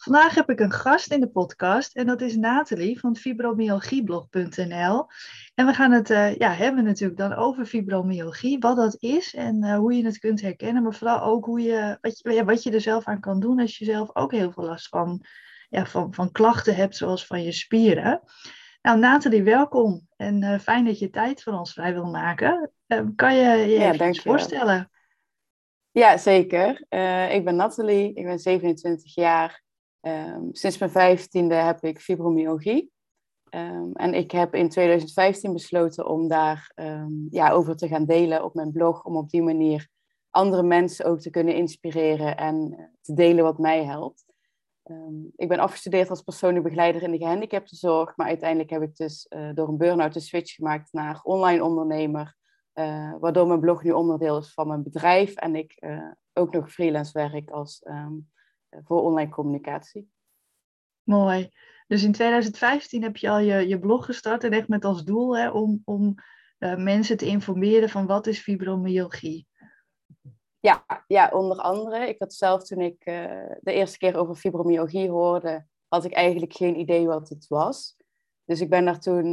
Vandaag heb ik een gast in de podcast en dat is Nathalie van fibromyalgieblog.nl. En we gaan het hebben natuurlijk dan over fibromyalgie, wat dat is en hoe je het kunt herkennen, maar vooral ook wat je er zelf aan kan doen als je zelf ook heel veel last van klachten hebt, zoals van je spieren. Nou, Nathalie, welkom en fijn dat je tijd voor ons vrij wil maken. Kan je je Ja, even dankjewel. voorstellen? Ja, zeker. Ik ben Nathalie, ik ben 27 jaar. Sinds mijn 15e heb ik fibromyalgie. En ik heb in 2015 besloten om daar over te gaan delen op mijn blog, om op die manier andere mensen ook te kunnen inspireren en te delen wat mij helpt. Ik ben afgestudeerd als persoonlijk begeleider in de gehandicaptenzorg, maar uiteindelijk heb ik dus door een burn-out de switch gemaakt naar online ondernemer. Waardoor mijn blog nu onderdeel is van mijn bedrijf en ik ook nog freelance werk voor online communicatie. Mooi. Dus in 2015 heb je al je blog gestart en echt met als doel om mensen te informeren van wat is fibromyalgie. Ja, onder andere. Ik had zelf toen ik de eerste keer over fibromyalgie hoorde, had ik eigenlijk geen idee wat het was. Dus ik ben daar toen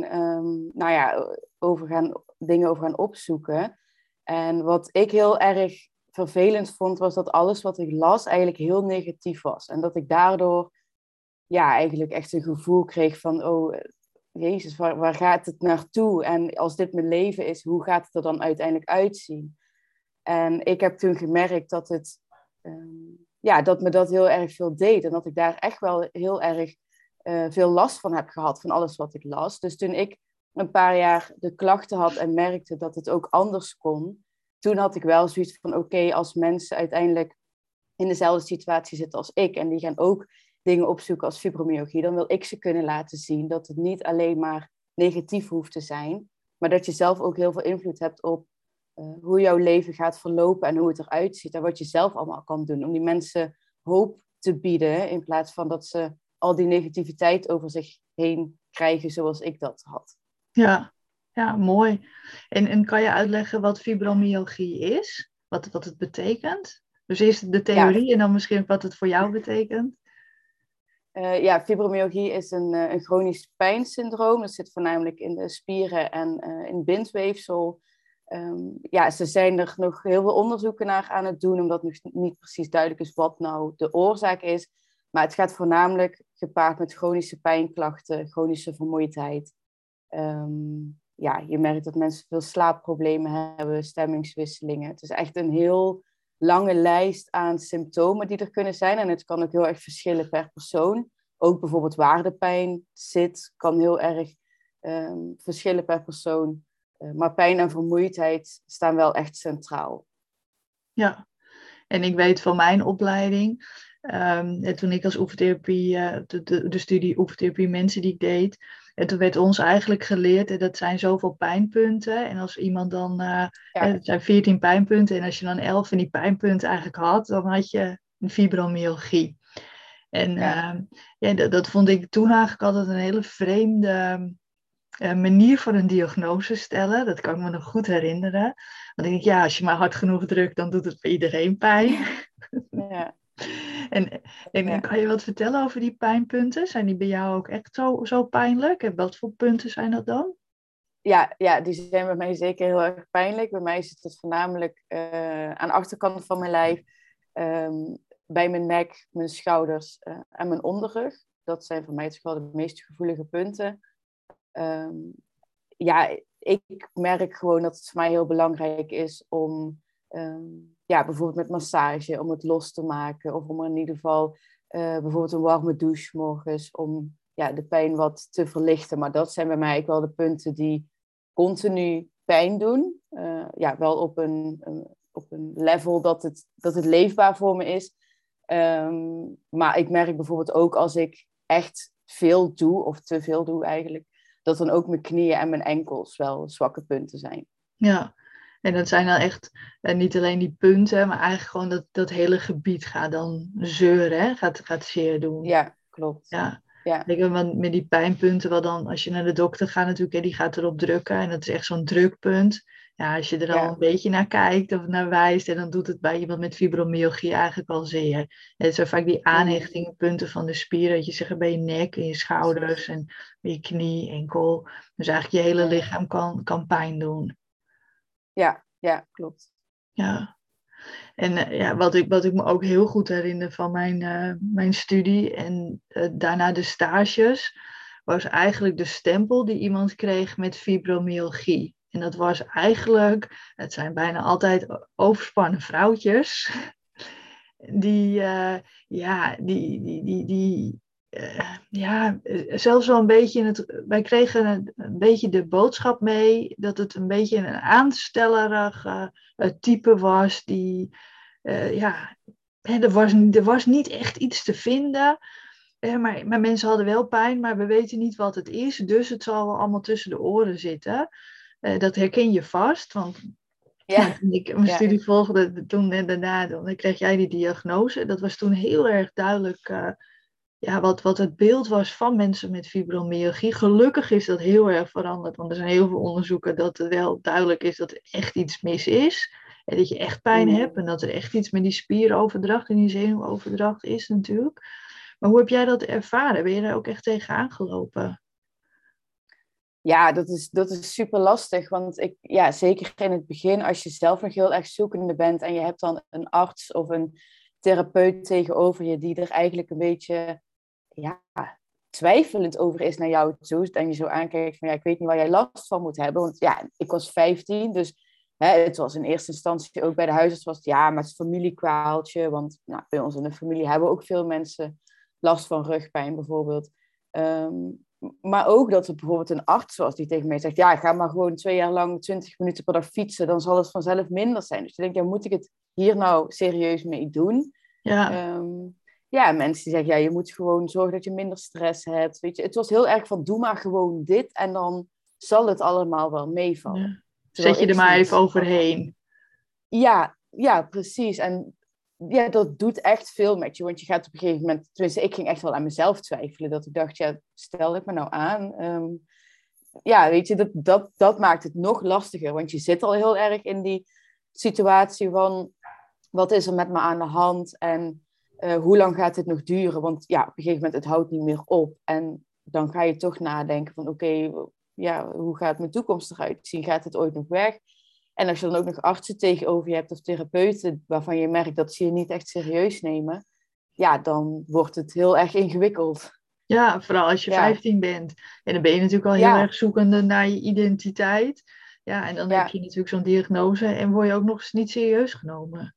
dingen over gaan opzoeken. En wat ik heel erg vervelend vond, was dat alles wat ik las eigenlijk heel negatief was. En dat ik daardoor eigenlijk echt een gevoel kreeg van, oh, Jezus, waar gaat het naartoe? En als dit mijn leven is, hoe gaat het er dan uiteindelijk uitzien? En ik heb toen gemerkt dat me dat heel erg veel deed. En dat ik daar echt wel heel erg veel last van heb gehad, van alles wat ik las. Dus toen ik een paar jaar de klachten had en merkte dat het ook anders kon, toen had ik wel zoiets van, oké, als mensen uiteindelijk in dezelfde situatie zitten als ik en die gaan ook dingen opzoeken als fibromyalgie, dan wil ik ze kunnen laten zien dat het niet alleen maar negatief hoeft te zijn, maar dat je zelf ook heel veel invloed hebt op hoe jouw leven gaat verlopen en hoe het eruit ziet en wat je zelf allemaal kan doen om die mensen hoop te bieden in plaats van dat ze al die negativiteit over zich heen krijgen zoals ik dat had. Ja, ja, mooi. En kan je uitleggen wat fibromyalgie is? Wat het betekent? Dus eerst de Ja, theorie en dan misschien ook wat het voor jou betekent. fibromyalgie is een chronisch pijnsyndroom. Dat zit voornamelijk in de spieren en in het bindweefsel. Ze zijn er nog heel veel onderzoeken naar aan het doen, omdat nog niet precies duidelijk is wat nou de oorzaak is. Maar het gaat voornamelijk gepaard met chronische pijnklachten, chronische vermoeidheid. Je merkt dat mensen veel slaapproblemen hebben, stemmingswisselingen. Het is echt een heel lange lijst aan symptomen die er kunnen zijn. En het kan ook heel erg verschillen per persoon. Ook bijvoorbeeld waar de pijn zit, kan heel erg verschillen per persoon. Maar pijn en vermoeidheid staan wel echt centraal. Ja, en ik weet van mijn opleiding, en toen ik als oefentherapie, de studie oefentherapie mensen die ik deed, en toen werd ons eigenlijk geleerd, dat zijn zoveel pijnpunten. En als iemand dan, Ja, het zijn 14 pijnpunten, en als je dan 11 van die pijnpunten eigenlijk had, dan had je een fibromyalgie. En ja. dat vond ik toen eigenlijk altijd een hele vreemde manier voor een diagnose stellen. Dat kan ik me nog goed herinneren. Want ik denk, ja, als je maar hard genoeg drukt, dan doet het bij iedereen pijn. Ja, En, en ja. kan je wat vertellen over die pijnpunten? Zijn die bij jou ook echt zo pijnlijk? En wat voor punten zijn dat dan? Ja, die zijn bij mij zeker heel erg pijnlijk. Bij mij zit het voornamelijk aan de achterkant van mijn lijf, bij mijn nek, mijn schouders en mijn onderrug. Dat zijn voor mij toch wel de meest gevoelige punten. Ehm, ik merk gewoon dat het voor mij heel belangrijk is om, bijvoorbeeld met massage, om het los te maken. Of om in ieder geval bijvoorbeeld een warme douche morgens, om de pijn wat te verlichten. Maar dat zijn bij mij ook wel de punten die continu pijn doen. Wel op een level dat het leefbaar voor me is. Maar ik merk bijvoorbeeld ook als ik echt veel doe, of te veel doe eigenlijk, dat dan ook mijn knieën en mijn enkels wel zwakke punten zijn. Ja, en dat zijn dan echt niet alleen die punten, maar eigenlijk gewoon dat hele gebied gaat dan zeuren, hè? Gaat zeer doen. Ja, klopt. Ja. Ja, Kijk, want met die pijnpunten, wat dan, als je naar de dokter gaat natuurlijk, hè, die gaat erop drukken en dat is echt zo'n drukpunt. Ja, als je er al ja. een beetje naar kijkt of naar wijst, en dan doet het bij iemand met fibromyalgie eigenlijk al zeer. Het zijn vaak die Mhm. aanhechtingpunten van de spieren, dat je zegt bij je nek en je schouders Precies. en bij je knie, enkel. Dus eigenlijk je hele Ja, lichaam kan pijn doen. ja, ja, klopt. Ja. En ja, wat ik me ook heel goed herinner van mijn studie en daarna de stages, was eigenlijk de stempel die iemand kreeg met fibromyalgie. En dat was eigenlijk, het zijn bijna altijd overspannen vrouwtjes, die, ja, ja, zelfs wel een beetje wij kregen een beetje de boodschap mee dat het een beetje een aanstellerig type was die, ja, hè, er was niet echt iets te vinden. Maar mensen hadden wel pijn, maar we weten niet wat het is. Dus het zal wel allemaal tussen de oren zitten. Dat herken je vast. Want Ja, toen ik mijn ja. studie volgde, toen en daarna, dan kreeg jij die diagnose. Dat was toen heel erg duidelijk ja, wat het beeld was van mensen met fibromyalgie. Gelukkig is dat heel erg veranderd, want er zijn heel veel onderzoeken dat het wel duidelijk is dat er echt iets mis is. En dat je echt pijn hebt Mhm. en dat er echt iets met die spieroverdracht en die zenuwoverdracht is natuurlijk. Maar hoe heb jij dat ervaren? Ben je daar ook echt tegen aangelopen? Ja, dat is super lastig. Want ja, zeker in het begin, als je zelf nog heel erg zoekende bent en je hebt dan een arts of een therapeut tegenover je die er eigenlijk een beetje ja, twijfelend over is naar jou toe. En je zo aankijkt van ja, ik weet niet waar jij last van moet hebben. Want ja, ik was 15, dus het was in eerste instantie ook bij de huisarts was het ja, maar het is familiekwaaltje. Want nou, bij ons in de familie hebben ook veel mensen last van rugpijn bijvoorbeeld. Ehm, maar ook dat er bijvoorbeeld een arts was die tegen mij zegt, ja, ga maar gewoon 2 jaar lang 20 minuten per dag fietsen, dan zal het vanzelf minder zijn. Dus je denkt, ja, moet ik het hier nou serieus mee doen? Ja, Ehm, ja, mensen die zeggen, ja, je moet gewoon zorgen dat je minder stress hebt. Weet je, het was heel erg van, doe maar gewoon dit en dan zal het allemaal wel meevallen. ja. Zet Terwijl je er ik maar even zoiets had van, overheen. ja, ja, precies. En ja, dat doet echt veel met je. Want je gaat op een gegeven moment... Tenminste, ik ging echt wel aan mezelf twijfelen. Dat ik dacht, ja, stel ik me nou aan. Ja, weet je, dat maakt het nog lastiger. Want je zit al heel erg in die situatie van... Wat is er met me aan de hand? En hoe lang gaat dit nog duren? Want ja, op een gegeven moment, het houdt niet meer op. En dan ga je toch nadenken van... Oké, ja, hoe gaat mijn toekomst eruit zien? Gaat het ooit nog weg? En als je dan ook nog artsen tegenover je hebt of therapeuten waarvan je merkt dat ze je niet echt serieus nemen, ja, dan wordt het heel erg ingewikkeld. Ja, vooral als je Ja, 15 bent. En dan ben je natuurlijk al heel ja, erg zoekende naar je identiteit. Ja, en dan heb ja. je natuurlijk zo'n diagnose en word je ook nog eens niet serieus genomen.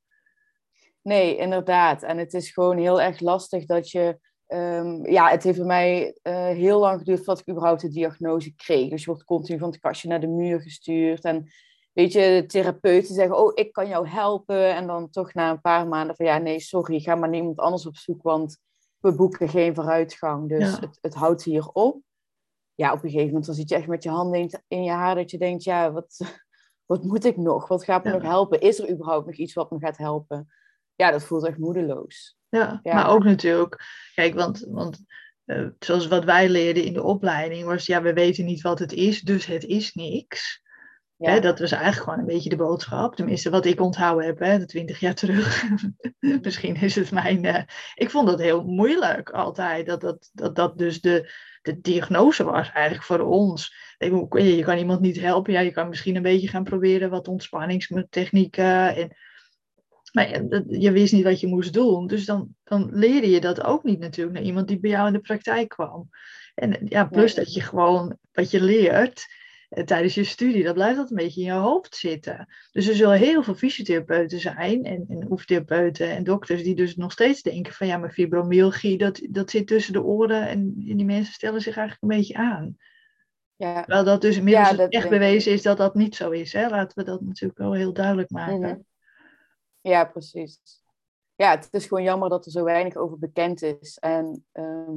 Nee, inderdaad. En het is gewoon heel erg lastig dat je. Ja, het heeft bij mij heel lang geduurd voordat ik überhaupt de diagnose kreeg. Dus je wordt continu van het kastje naar de muur gestuurd. En weet je, de therapeuten zeggen: Oh, ik kan jou helpen. En dan toch na een paar maanden van ja, nee, sorry, ga maar naar iemand anders op zoek. Want we boeken geen vooruitgang. Dus Ja, het houdt hier op. Ja, op een gegeven moment dan zit je echt met je handen in je haar dat je denkt: Ja, wat moet ik nog? Wat gaat me nog ja, helpen? Is er überhaupt nog iets wat me gaat helpen? Ja, dat voelt echt moedeloos. ja. Maar Ja, ook natuurlijk, kijk, want zoals wat wij leerden in de opleiding was, ja, we weten niet wat het is, dus het is niks. Hè, ja, dat was eigenlijk gewoon een beetje de boodschap. Tenminste, wat ik onthouden heb, hè, de 20 jaar terug. Misschien is het mijn. Ik vond dat heel moeilijk altijd. Dat dus de diagnose was eigenlijk voor ons. Je kan iemand niet helpen. Ja, je kan misschien een beetje gaan proberen wat ontspanningstechnieken. Maar ja, je wist niet wat je moest doen. Dus dan leerde je dat ook niet natuurlijk naar iemand die bij jou in de praktijk kwam. En ja, plus nee, dat je gewoon wat je leert tijdens je studie, dat blijft altijd een beetje in je hoofd zitten. Dus er zullen heel veel fysiotherapeuten zijn en oefentherapeuten en dokters die dus nog steeds denken van ja, maar fibromyalgie, dat zit tussen de oren en die mensen stellen zich eigenlijk een beetje aan. ja, Terwijl dat dus inmiddels ja, dus dat echt denk ik bewezen ook. is dat dat niet zo is. Hè? Laten we dat natuurlijk wel heel duidelijk maken. Mhm. Ja, precies. Ja, het is gewoon jammer dat er zo weinig over bekend is. En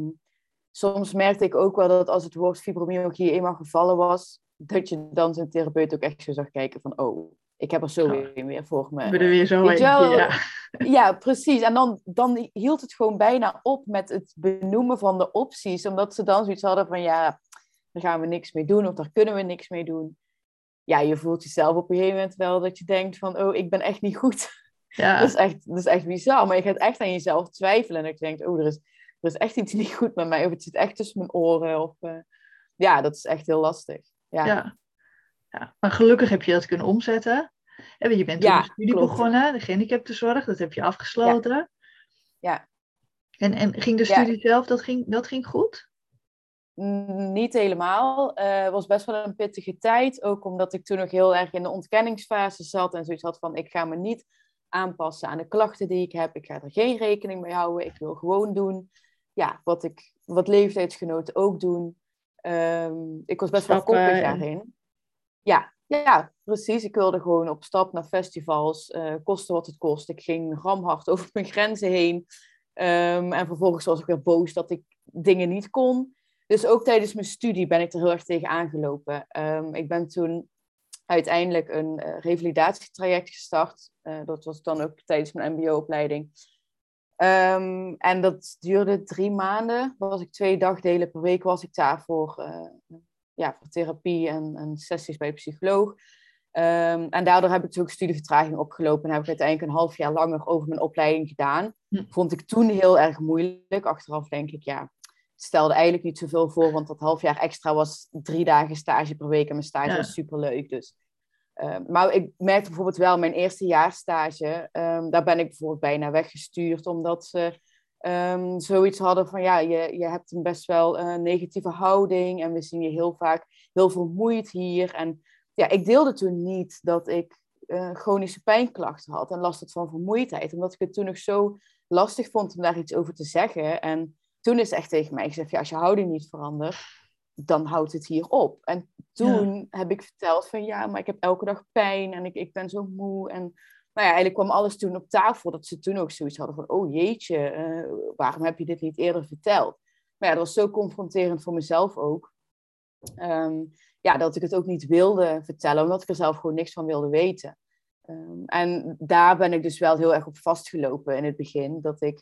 soms merkte ik ook wel dat als het woord fibromyalgie eenmaal gevallen was, dat je dan zijn therapeut ook echt zo zag kijken van, oh, ik heb er zo weer voor me. Ik ben er weer zo weet je eentje, wel? ja. Ja, precies. En dan hield het gewoon bijna op met het benoemen van de opties. Omdat ze dan zoiets hadden van, ja, daar gaan we niks mee doen of daar kunnen we niks mee doen. Ja, je voelt jezelf op een gegeven moment wel dat je denkt van, oh, ik ben echt niet goed. Ja, Dat is echt bizar. Maar je gaat echt aan jezelf twijfelen. En dat je denkt, oh, er is echt iets niet goed met mij. Of het zit echt tussen mijn oren. Of, ja, dat is echt heel lastig. Ja, ja, ja. Maar gelukkig heb je dat kunnen omzetten. En je bent toen een ja, studie klopt. begonnen, de gehandicaptenzorg, dat heb je Ja, afgesloten. ja. En ging de Ja, studie zelf, dat ging goed? niet helemaal. Het was best wel een pittige tijd. Ook omdat ik toen nog heel erg in de ontkenningsfase zat. En zoiets had van, ik ga me niet aanpassen aan de klachten die ik heb. Ik ga er geen rekening mee houden. Ik wil gewoon doen ja, wat leeftijdsgenoten ook doen. Ik was best wel koppig Stappen daarin. Ja, precies. Ik wilde gewoon op stap naar festivals. Koste wat het kost. Ik ging ramhard over mijn grenzen heen. En vervolgens was ik weer boos dat ik dingen niet kon. Dus ook tijdens mijn studie ben ik er heel erg tegen aangelopen. Ik ben toen uiteindelijk een revalidatietraject gestart. Dat was dan ook tijdens mijn mbo-opleiding. En dat duurde 3 maanden. Was ik 2 dagdelen per week was ik daar voor therapie en sessies bij de psycholoog. En daardoor heb ik dus ook studievertraging opgelopen. En heb ik uiteindelijk een half jaar langer over mijn opleiding gedaan. Hm. Vond ik toen heel erg moeilijk. Achteraf denk ik, ja, het stelde eigenlijk niet zoveel voor. Want dat half jaar extra was 3 dagen stage per week. En mijn stage was superleuk. Dus. Maar ik merkte bijvoorbeeld wel, mijn eerste jaarstage, daar ben ik bijvoorbeeld bijna weggestuurd. Omdat ze zoiets hadden van, ja, je hebt een best wel negatieve houding. En we zien je heel vaak heel vermoeid hier. En ja, ik deelde toen niet dat ik chronische pijnklachten had en last had van vermoeidheid. Omdat ik het toen nog zo lastig vond om daar iets over te zeggen. En toen is echt tegen mij gezegd, ja, als je houding niet verandert, dan houdt het hier op. En toen heb ik verteld van, ja, maar ik heb elke dag pijn en ik ben zo moe. En nou ja, eigenlijk kwam alles toen op tafel, dat ze toen ook zoiets hadden van, oh jeetje, waarom heb je dit niet eerder verteld? Maar ja, dat was zo confronterend voor mezelf ook. Ja, dat ik het ook niet wilde vertellen, omdat ik er zelf gewoon niks van wilde weten. En daar ben ik dus wel heel erg op vastgelopen in het begin. Dat ik,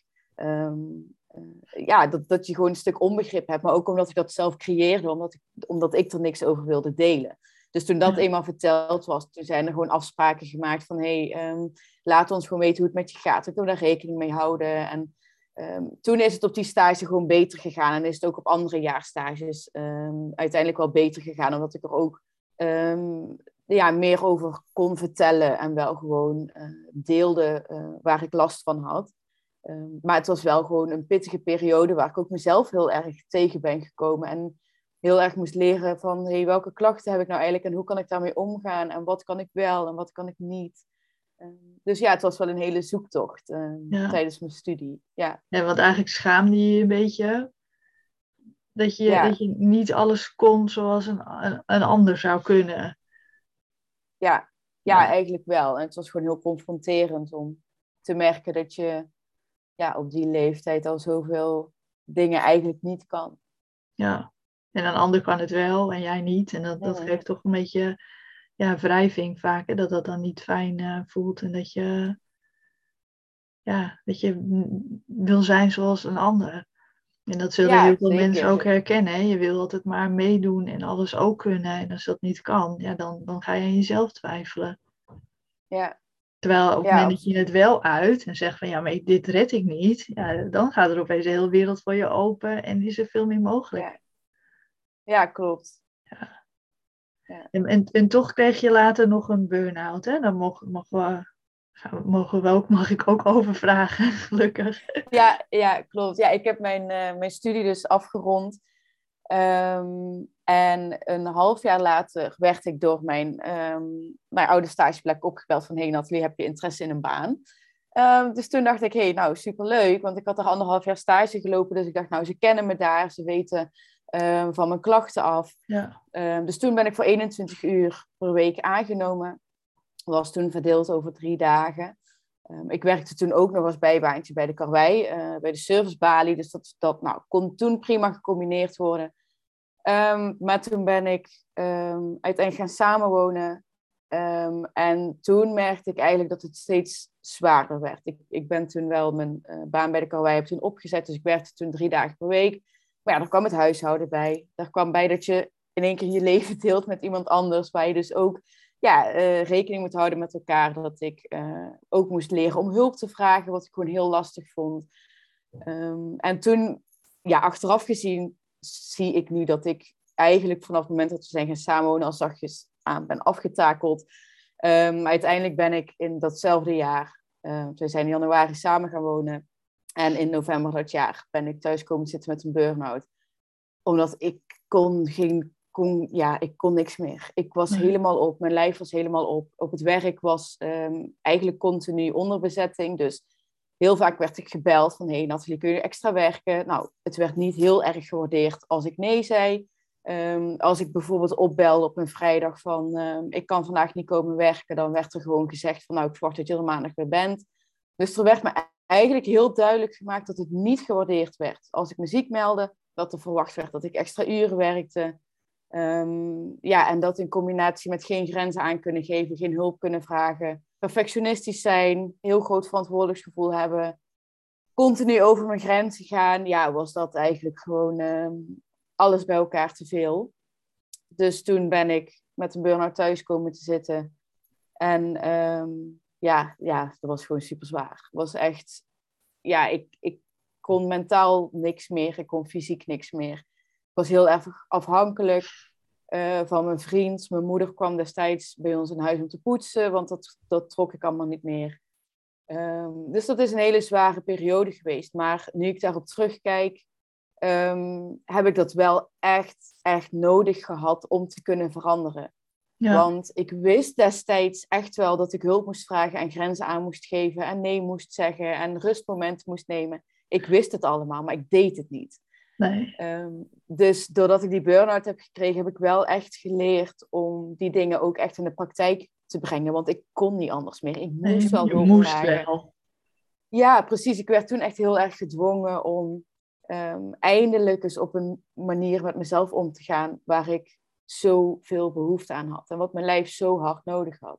dat je gewoon een stuk onbegrip hebt. Maar ook omdat ik dat zelf creëerde, omdat ik er niks over wilde delen. Dus toen dat eenmaal verteld was, toen zijn er gewoon afspraken gemaakt van, laat ons gewoon weten hoe het met je gaat. We kunnen daar rekening mee houden. En toen is het op die stage gewoon beter gegaan. En is het ook op andere jaarstages uiteindelijk wel beter gegaan. Omdat ik er ook meer over kon vertellen. En wel gewoon deelde waar ik last van had. Maar het was wel gewoon een pittige periode waar ik ook mezelf heel erg tegen ben gekomen. En heel erg moest leren van, welke klachten heb ik nou eigenlijk en hoe kan ik daarmee omgaan? En wat kan ik wel en wat kan ik niet? Dus ja, het was wel een hele zoektocht tijdens mijn studie. Ja. Ja, want eigenlijk schaamde je je een beetje dat Ja. je niet alles kon zoals een ander zou kunnen. Ja, eigenlijk wel. En het was gewoon heel confronterend om te merken dat je op die leeftijd al zoveel dingen eigenlijk niet kan. Ja, en een ander kan het wel en jij niet. En dat geeft toch een beetje wrijving vaak, hè? Dat dat dan niet fijn voelt en dat je wil zijn zoals een ander. En dat zullen heel veel mensen ook herkennen. Hè? Je wil altijd maar meedoen en alles ook kunnen. En als dat niet kan, ja, dan ga je aan jezelf twijfelen. Ja. Terwijl op het moment dat je het wel uit en zegt van, ja, maar dit red ik niet. Ja, dan gaat er opeens de hele wereld voor je open en is er veel meer mogelijk. Ja, klopt. Ja. En toch kreeg je later nog een burn-out, hè? Daar mag ik ook over vragen, gelukkig. Ja, klopt. Ja, ik heb mijn studie dus afgerond. En een half jaar later werd ik door mijn oude stageplek opgebeld van, Nathalie, heb je interesse in een baan? Dus toen dacht ik, nou, superleuk, want ik had er 1,5 jaar stage gelopen, dus ik dacht, nou, ze kennen me daar, ze weten van mijn klachten af. Ja. Dus toen ben ik voor 21 uur per week aangenomen. Dat was toen verdeeld over 3 dagen. Ik werkte toen ook nog als bijbaantje bij de Karwei, bij de servicebalie. Dus dat kon toen prima gecombineerd worden. Maar toen ben ik uiteindelijk gaan samenwonen. En toen merkte ik eigenlijk dat het steeds zwaarder werd. Ik ben toen wel mijn baan bij de karwei heb toen opgezet. Dus ik werkte toen 3 dagen per week. Maar ja, daar kwam het huishouden bij. Daar kwam bij dat je in één keer je leven deelt met iemand anders. Waar je dus ook rekening moet houden met elkaar. Dat ik ook moest leren om hulp te vragen. Wat ik gewoon heel lastig vond. En toen, achteraf gezien, zie ik nu dat ik eigenlijk vanaf het moment dat we zijn gaan samenwonen al zachtjes aan ben afgetakeld. Maar uiteindelijk ben ik in datzelfde jaar, we zijn in januari samen gaan wonen. En in november dat jaar ben ik thuis komen zitten met een burn-out. Omdat ik ik kon niks meer. Ik was helemaal op, mijn lijf was helemaal op. Op het werk was eigenlijk continu onderbezetting. Dus heel vaak werd ik gebeld van, hey Nathalie, kun je extra werken? Nou, het werd niet heel erg gewaardeerd als ik nee zei. Als ik bijvoorbeeld opbelde op een vrijdag van, ik kan vandaag niet komen werken, dan werd er gewoon gezegd van, nou, ik verwacht dat je er maandag weer bent. Dus er werd me eigenlijk heel duidelijk gemaakt dat het niet gewaardeerd werd. Als ik me ziek meldde, dat er verwacht werd dat ik extra uren werkte. En dat in combinatie met geen grenzen aan kunnen geven, geen hulp kunnen vragen, perfectionistisch zijn, heel groot verantwoordelijkheidsgevoel hebben, continu over mijn grenzen gaan, was dat eigenlijk gewoon alles bij elkaar te veel. Dus toen ben ik met een burn-out thuis komen te zitten. En dat was gewoon super zwaar. Het was echt, ik kon mentaal niks meer. Ik kon fysiek niks meer. Ik was heel erg afhankelijk van mijn vriend. Mijn moeder kwam destijds bij ons in huis om te poetsen, want dat trok ik allemaal niet meer. Dus dat is een hele zware periode geweest. Maar nu ik daarop terugkijk, heb ik dat wel echt nodig gehad om te kunnen veranderen. Ja. Want ik wist destijds echt wel dat ik hulp moest vragen en grenzen aan moest geven en nee moest zeggen en rustmomenten moest nemen. Ik wist het allemaal, maar ik deed het niet. Nee. Dus doordat ik die burn-out heb gekregen, heb ik wel echt geleerd om die dingen ook echt in de praktijk te brengen. Want ik kon niet anders meer. Ik moest wel hulp vragen. Wel. Ja, precies. Ik werd toen echt heel erg gedwongen om eindelijk eens op een manier met mezelf om te gaan waar ik zoveel behoefte aan had. En wat mijn lijf zo hard nodig had.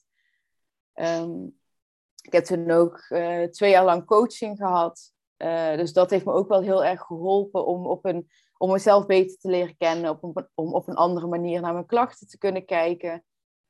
Ik heb toen ook 2 jaar lang coaching gehad. Dus dat heeft me ook wel heel erg geholpen om mezelf beter te leren kennen. Om op een andere manier naar mijn klachten te kunnen kijken.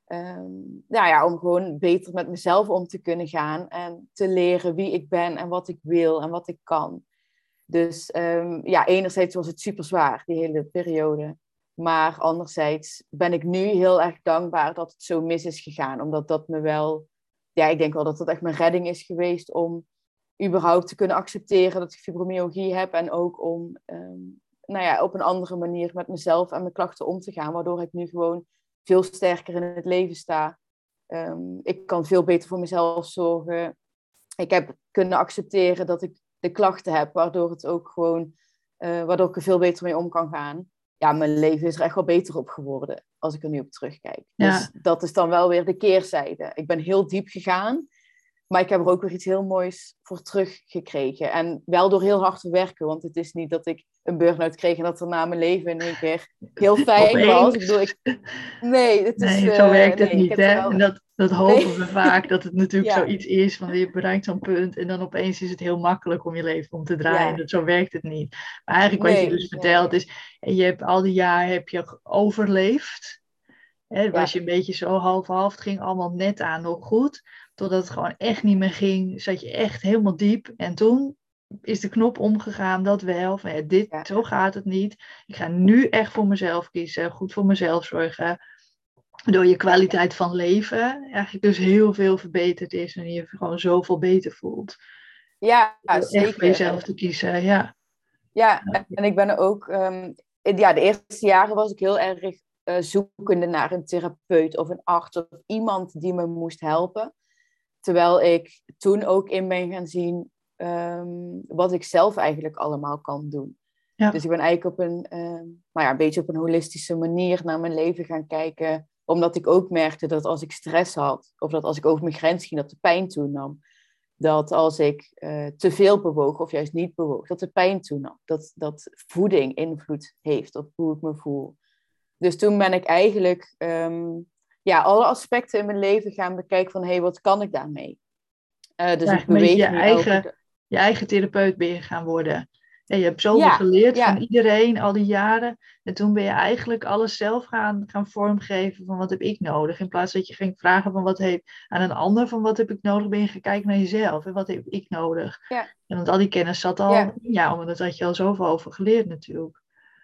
Om gewoon beter met mezelf om te kunnen gaan. En te leren wie ik ben en wat ik wil en wat ik kan. Dus enerzijds was het super zwaar, die hele periode. Maar anderzijds ben ik nu heel erg dankbaar dat het zo mis is gegaan. Omdat dat me wel... Ja, ik denk wel dat dat echt mijn redding is geweest om überhaupt te kunnen accepteren dat ik fibromyalgie heb. En ook om op een andere manier met mezelf en mijn klachten om te gaan. Waardoor ik nu gewoon veel sterker in het leven sta. Ik kan veel beter voor mezelf zorgen. Ik heb kunnen accepteren dat ik de klachten heb, waardoor het ook gewoon, waardoor ik er veel beter mee om kan gaan. Ja, mijn leven is er echt wel beter op geworden, als ik er nu op terugkijk. Ja. Dus dat is dan wel weer de keerzijde. Ik ben heel diep gegaan, maar ik heb er ook weer iets heel moois voor teruggekregen. En wel door heel hard te werken, want het is niet dat ik een burn-out kreeg en dat er na mijn leven in één keer heel fijn was. Ik bedoel, zo werkt het niet, hè? Wel... En dat hopen we vaak, dat het natuurlijk zoiets is, van je bereikt zo'n punt en dan opeens is het heel makkelijk om je leven om te draaien. Ja. Zo werkt het niet. Maar eigenlijk wat je dus vertelt is, en je hebt al die jaren heb je overleefd. Hè, was je een beetje zo half-half, het ging allemaal net aan nog goed. Totdat het gewoon echt niet meer ging, zat je echt helemaal diep. En toen is de knop omgegaan, dat wel. Van, zo gaat het niet. Ik ga nu echt voor mezelf kiezen, goed voor mezelf zorgen. Waardoor je kwaliteit van leven eigenlijk dus heel veel verbeterd is. En je gewoon zoveel beter voelt. Ja, zeker. Echt voor jezelf te kiezen, ja. Ja, en ik ben ook... de eerste jaren was ik heel erg zoekende naar een therapeut of een arts of iemand die me moest helpen. Terwijl ik toen ook in ben gaan zien wat ik zelf eigenlijk allemaal kan doen. Ja. Dus ik ben eigenlijk op een beetje op een holistische manier naar mijn leven gaan kijken. Omdat ik ook merkte dat als ik stress had, of dat als ik over mijn grens ging, dat de pijn toenam. Dat als ik te veel bewoog of juist niet bewoog, dat de pijn toenam. Dat voeding invloed heeft op hoe ik me voel. Dus toen ben ik eigenlijk alle aspecten in mijn leven gaan bekijken van, hé, wat kan ik daarmee? Dus ik Eigenlijk een beetje beweeg nu elke... je eigen therapeut ben je gaan worden. En je hebt zoveel Ja, geleerd van ja, iedereen al die jaren. En toen ben je eigenlijk alles zelf gaan vormgeven van wat heb ik nodig. In plaats dat je ging vragen van wat heb aan een ander van wat heb ik nodig, ben je gaan kijken naar jezelf. En wat heb ik nodig. ja, En want al die kennis zat al, ja. ja, omdat had je al zoveel over geleerd natuurlijk.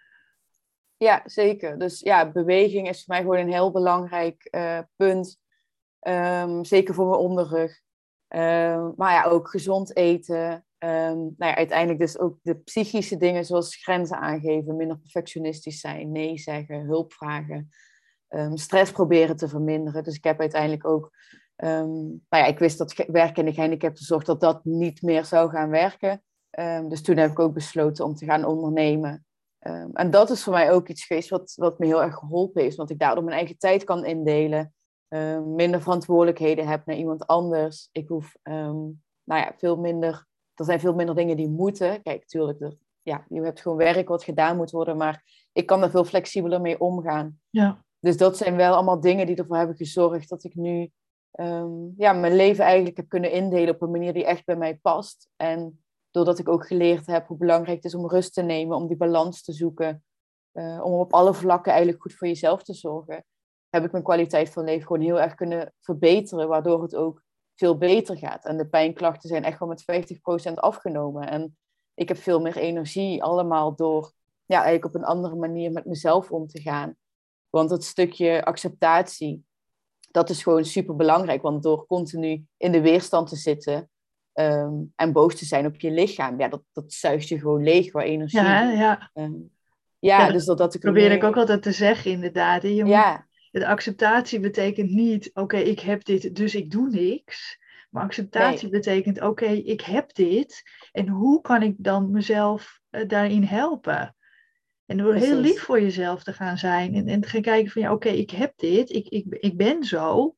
Ja, zeker. Dus ja, beweging is voor mij gewoon een heel belangrijk punt. Zeker voor mijn onderrug. Maar ja, ook gezond eten. Nou ja, uiteindelijk dus ook de psychische dingen zoals grenzen aangeven, minder perfectionistisch zijn, nee zeggen, hulp vragen. Stress proberen te verminderen. Dus ik heb uiteindelijk ook... nou ja, ik wist dat werken in de gehandicapten zorg dat dat niet meer zou gaan werken. Dus toen heb ik ook besloten om te gaan ondernemen. En dat is voor mij ook iets geweest wat me heel erg geholpen heeft. Want ik daardoor mijn eigen tijd kan indelen. Minder verantwoordelijkheden heb naar iemand anders. Ik hoef nou ja, veel minder... Er zijn veel minder dingen die moeten. Kijk, natuurlijk, je hebt gewoon werk wat gedaan moet worden. Maar ik kan er veel flexibeler mee omgaan. Ja. Dus dat zijn wel allemaal dingen die ervoor hebben gezorgd dat ik nu mijn leven eigenlijk heb kunnen indelen op een manier die echt bij mij past. En doordat ik ook geleerd heb hoe belangrijk het is om rust te nemen, om die balans te zoeken, om op alle vlakken eigenlijk goed voor jezelf te zorgen, heb ik mijn kwaliteit van leven gewoon heel erg kunnen verbeteren, waardoor het ook veel beter gaat. En de pijnklachten zijn echt wel met 50% afgenomen. En ik heb veel meer energie, allemaal door eigenlijk op een andere manier met mezelf om te gaan. Want dat stukje acceptatie, dat is gewoon super belangrijk. Want door continu in de weerstand te zitten en boos te zijn op je lichaam, ja, dat zuigt je gewoon leeg qua energie. Ja, ja. Ja, Dus dat doordat ik probeer ik ook nu... altijd te zeggen, inderdaad. Ja, De acceptatie betekent niet, oké, ik heb dit, dus ik doe niks. Maar acceptatie nee, betekent, oké, ik heb dit. En hoe kan ik dan mezelf daarin helpen? En door heel lief precies. voor jezelf te gaan zijn. En te gaan kijken van, ja, oké, ik heb dit. Ik ben zo.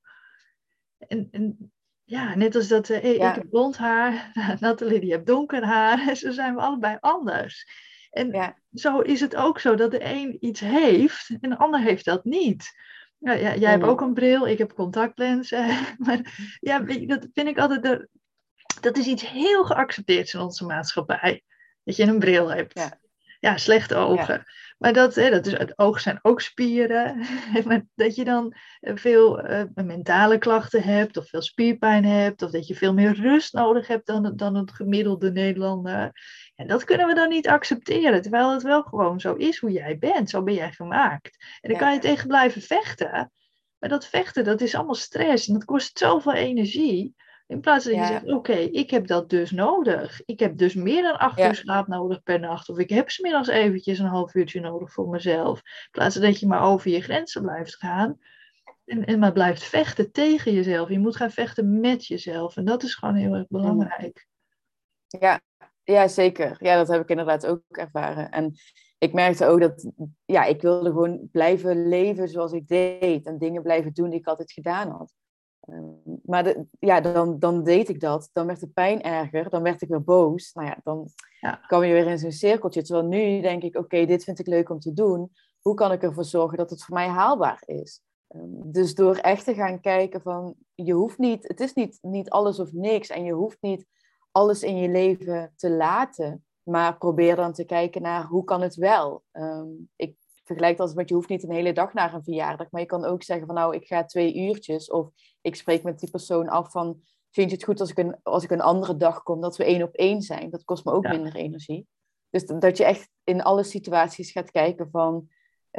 En ja, net als dat ik heb Ja, blond haar, Nathalie die heeft donker haar. En zo zijn we allebei anders. En ja, zo is het ook zo dat de een iets heeft en de ander heeft dat niet. Ja, jij hebt ook mhm, een bril, ik heb contactlenzen. Maar ja, weet je, dat vind ik altijd, dat is iets heel geaccepteerds in onze maatschappij. Dat je een bril hebt. ja, Ja, slechte ja, ogen. Maar het ogen zijn ook spieren. Maar dat je dan veel mentale klachten hebt, of veel spierpijn hebt, of dat je veel meer rust nodig hebt dan het gemiddelde Nederlander. En dat kunnen we dan niet accepteren, terwijl het wel gewoon zo is hoe jij bent. Zo ben jij gemaakt. En dan kan ja, je tegen blijven vechten. Maar dat vechten, dat is allemaal stress en dat kost zoveel energie. In plaats dat je zegt, ja, oké, ik heb dat dus nodig. Ik heb dus meer dan 8 uur ja, slaap nodig per nacht. Of ik heb 's middags eventjes een half uurtje nodig voor mezelf. In plaats dat je maar over je grenzen blijft gaan. En maar blijft vechten tegen jezelf. Je moet gaan vechten met jezelf. En dat is gewoon heel erg mhm, belangrijk. ja, ja, zeker. Ja, dat heb ik inderdaad ook ervaren. En ik merkte ook dat, ik wilde gewoon blijven leven zoals ik deed. En dingen blijven doen die ik altijd gedaan had. Maar dan deed ik dat. Dan werd de pijn erger. Dan werd ik weer boos. Nou ja, dan Ja, kwam je weer in zo'n cirkeltje. Terwijl nu denk ik, oké, dit vind ik leuk om te doen. Hoe kan ik ervoor zorgen dat het voor mij haalbaar is? Dus door echt te gaan kijken van, je hoeft niet, het is niet alles of niks. En je hoeft niet alles in je leven te laten. Maar probeer dan te kijken naar, hoe kan het wel? Ik vergelijk dat met, je hoeft niet een hele dag naar een verjaardag. Maar je kan ook zeggen van, nou, ik ga 2 uurtjes. Of ik spreek met die persoon af van, vind je het goed als ik een andere dag kom, dat we 1-op-1 zijn? Dat kost me ook ja, minder energie. Dus dat je echt in alle situaties gaat kijken van,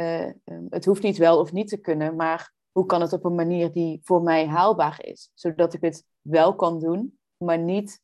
het hoeft niet wel of niet te kunnen, maar hoe kan het op een manier die voor mij haalbaar is? Zodat ik het wel kan doen, maar niet